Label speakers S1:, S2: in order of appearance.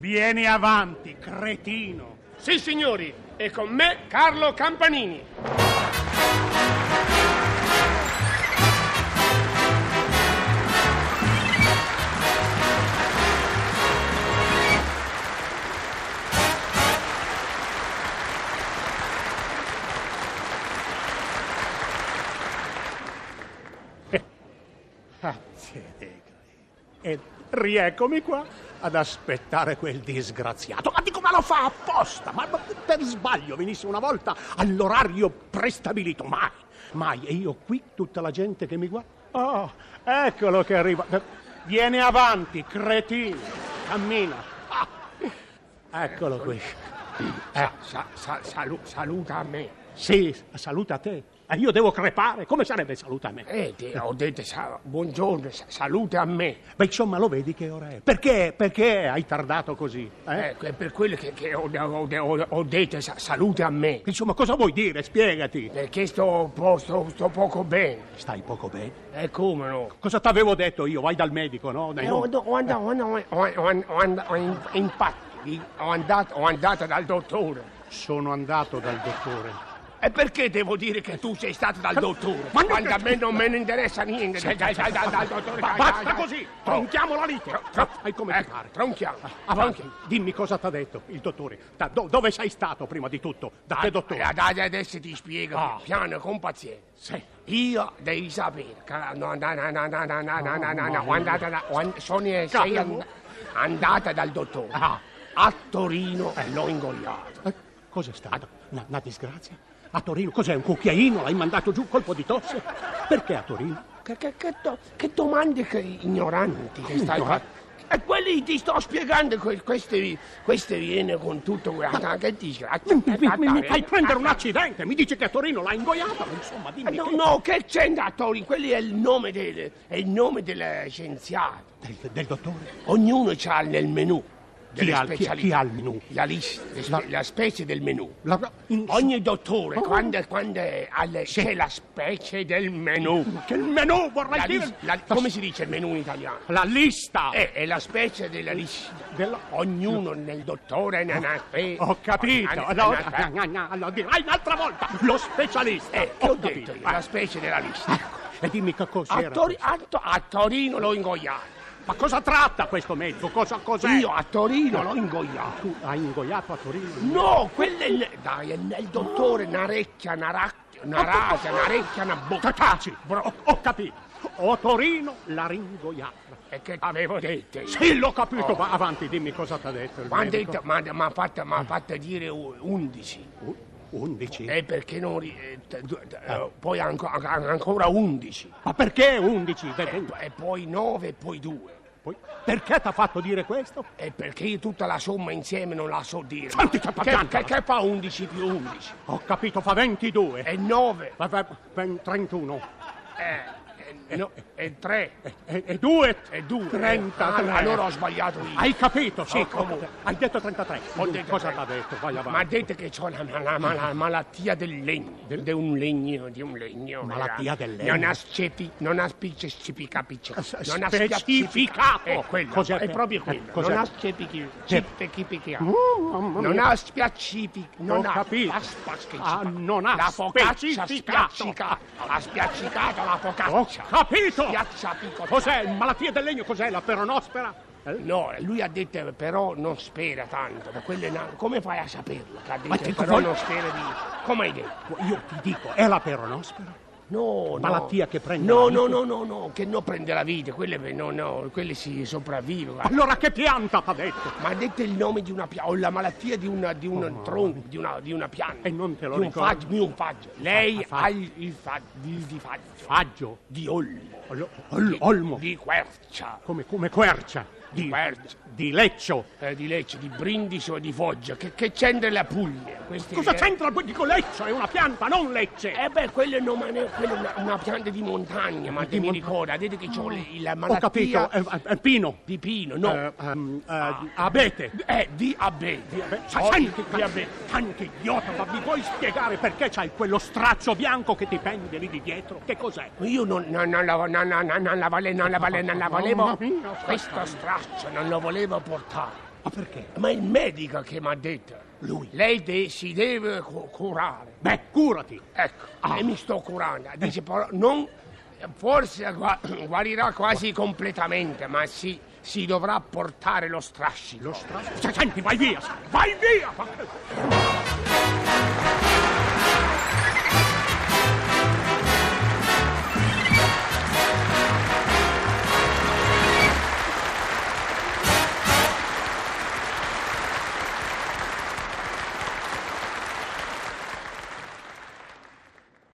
S1: Vieni avanti, cretino.
S2: Sì, signori, e con me Carlo Campanini.
S1: E rieccomi qua ad aspettare quel disgraziato. Ma dico, ma lo fa apposta? Ma per sbaglio venisse una volta all'orario prestabilito? Mai. E io qui, tutta la gente che mi guarda. Oh, eccolo che arriva. Vieni avanti, cretino. Cammina. Eccolo qui.
S2: Saluta a me.
S1: Sì, saluta a te. Io devo crepare? Come sarebbe saluta a me?
S2: Ho detto buongiorno, salute a me.
S1: Beh, insomma, lo vedi che ora è? Perché hai tardato così?
S2: È per quello che ho detto salute a me.
S1: Insomma, cosa vuoi dire? Spiegati.
S2: Perché sto poco bene.
S1: Stai poco bene?
S2: Come no?
S1: Cosa t'avevo detto io? Vai dal medico, no?
S2: Ho andato dal dottore.
S1: Sono andato dal dottore.
S2: E perché devo dire che tu sei stato dal dottore?
S1: Ma
S2: quando a me non me ne interessa niente. Dal dottore.
S1: Basta così, tronchiamo la lite. Hai come ti pare?
S2: Tronchiamo.
S1: Avanti, dimmi cosa t'ha detto il dottore. Dove sei stato prima di tutto? Da che dottore?
S2: Adesso ti spiego piano, con pazienza.
S1: Sì.
S2: Io devi sapere che sono andata dal dottore. A Torino l'ho ingoiato.
S1: Cos'è stato? Una disgrazia? A Torino? Cos'è, un cucchiaino? L'hai mandato giù, colpo di tosse? Perché a Torino?
S2: Che domande che ignoranti che stai facendo. E quelli ti sto spiegando, queste viene con tutto che disgrazia.
S1: Mi fai prendere un accidente, mi dici che a Torino l'hai ingoiato, insomma, dimmi.
S2: No, che c'è a Torino? Quelli è il nome del scienziato.
S1: Del dottore?
S2: Ognuno c'ha nel menù.
S1: Chi ha il menù?
S2: La lista, la specie del menù.
S1: Ogni
S2: dottore, quando c'è la specie del menù.
S1: Che il menù, vorrei dire?
S2: Come si dice il menù in italiano?
S1: La lista.
S2: È la specie della lista. Ognuno nel dottore ne ha specie.
S1: Ho capito. Allora, dirai un'altra volta. Lo specialista.
S2: Che ho detto io, la specie della lista.
S1: E dimmi che cos'era.
S2: A Torino l'ho ingoiato.
S1: Ma cosa tratta questo medico? Cos'è?
S2: Io a Torino l'ho ingoiato.
S1: Tu hai ingoiato a Torino?
S2: No, quello è il dottore Narecchia, una rabbia, una bocca.
S1: Taci, ho capito. A Torino l'ha ringoiata.
S2: E che avevo detto?
S1: Sì, l'ho capito. Va avanti, dimmi cosa ti ha detto il medico.
S2: Mi ha fatto dire 11.
S1: 11?
S2: Perché non... poi ancora 11.
S1: Ma perché 11?
S2: E poi 9 e poi 2.
S1: Perché ti ha fatto dire questo?
S2: Perché io tutta la somma insieme non la so dire.
S1: Che
S2: fa 11 più 11?
S1: Ho capito, fa 22.
S2: E 9.
S1: 31.
S2: E 3.
S1: E 2.
S2: E 2.
S1: 33.
S2: Allora ho sbagliato io.
S1: Hai capito, sì.
S2: Comunque.
S1: Hai detto 33. Cosa ti ha detto? Vai avanti.
S2: Ma ha detto che ho la malattia del legno. Di un legno.
S1: Malattia del legno.
S2: Non ha specificato.
S1: Quello.
S2: Cos'è? È proprio quello. Non ha specificato. Non ha specificato.
S1: Non ha capito. Non ha
S2: la focaccia spiaccica. Ha spiaccicato la focaccia.
S1: Ho capito! Cos'è? Malattia del legno? Cos'è? La peronospera?
S2: No, lui ha detto però non spera tanto. Come fai a saperlo? Che ha detto
S1: però
S2: non spera di... Come hai detto?
S1: Io ti dico, è la peronospera?
S2: No,
S1: malattia che prende la vita?
S2: No, che non prende la vita, quelle si sopravvive.
S1: Allora che pianta t'ha detto?
S2: Ma ha detto il nome di una pianta, o la malattia di un tronco, di una pianta.
S1: E non te lo ricordo?
S2: Di un faggio. Lei ha il
S1: faggio?
S2: Di olmo.
S1: Olmo?
S2: Di quercia.
S1: Come quercia? Di Leccio.
S2: Di Lecce, di Brindisi o di Foggia. Che c'entra la Puglia?
S1: Cosa c'entra? Dico Leccio, è una pianta, non Lecce.
S2: Quello è una pianta di montagna, ma mi ricorda. Vedete che c'ho la
S1: Ho
S2: malattia...
S1: capito, pino.
S2: Di pino, no.
S1: Abete.
S2: Di abete.
S1: Tanti idiota, ma mi puoi spiegare perché c'hai quello straccio bianco che ti pende lì di dietro? Che cos'è?
S2: Io non la volevo... Questo straccio non lo volevo portare.
S1: Ma perché?
S2: Ma il medico che mi ha detto,
S1: Lui?
S2: lei si deve curare.
S1: Beh, curati.
S2: Ecco, e mi sto curando. Dice però non, forse guarirà quasi completamente, ma si dovrà portare lo strascico.
S1: Lo strascico? Senti, vai via! Vai via!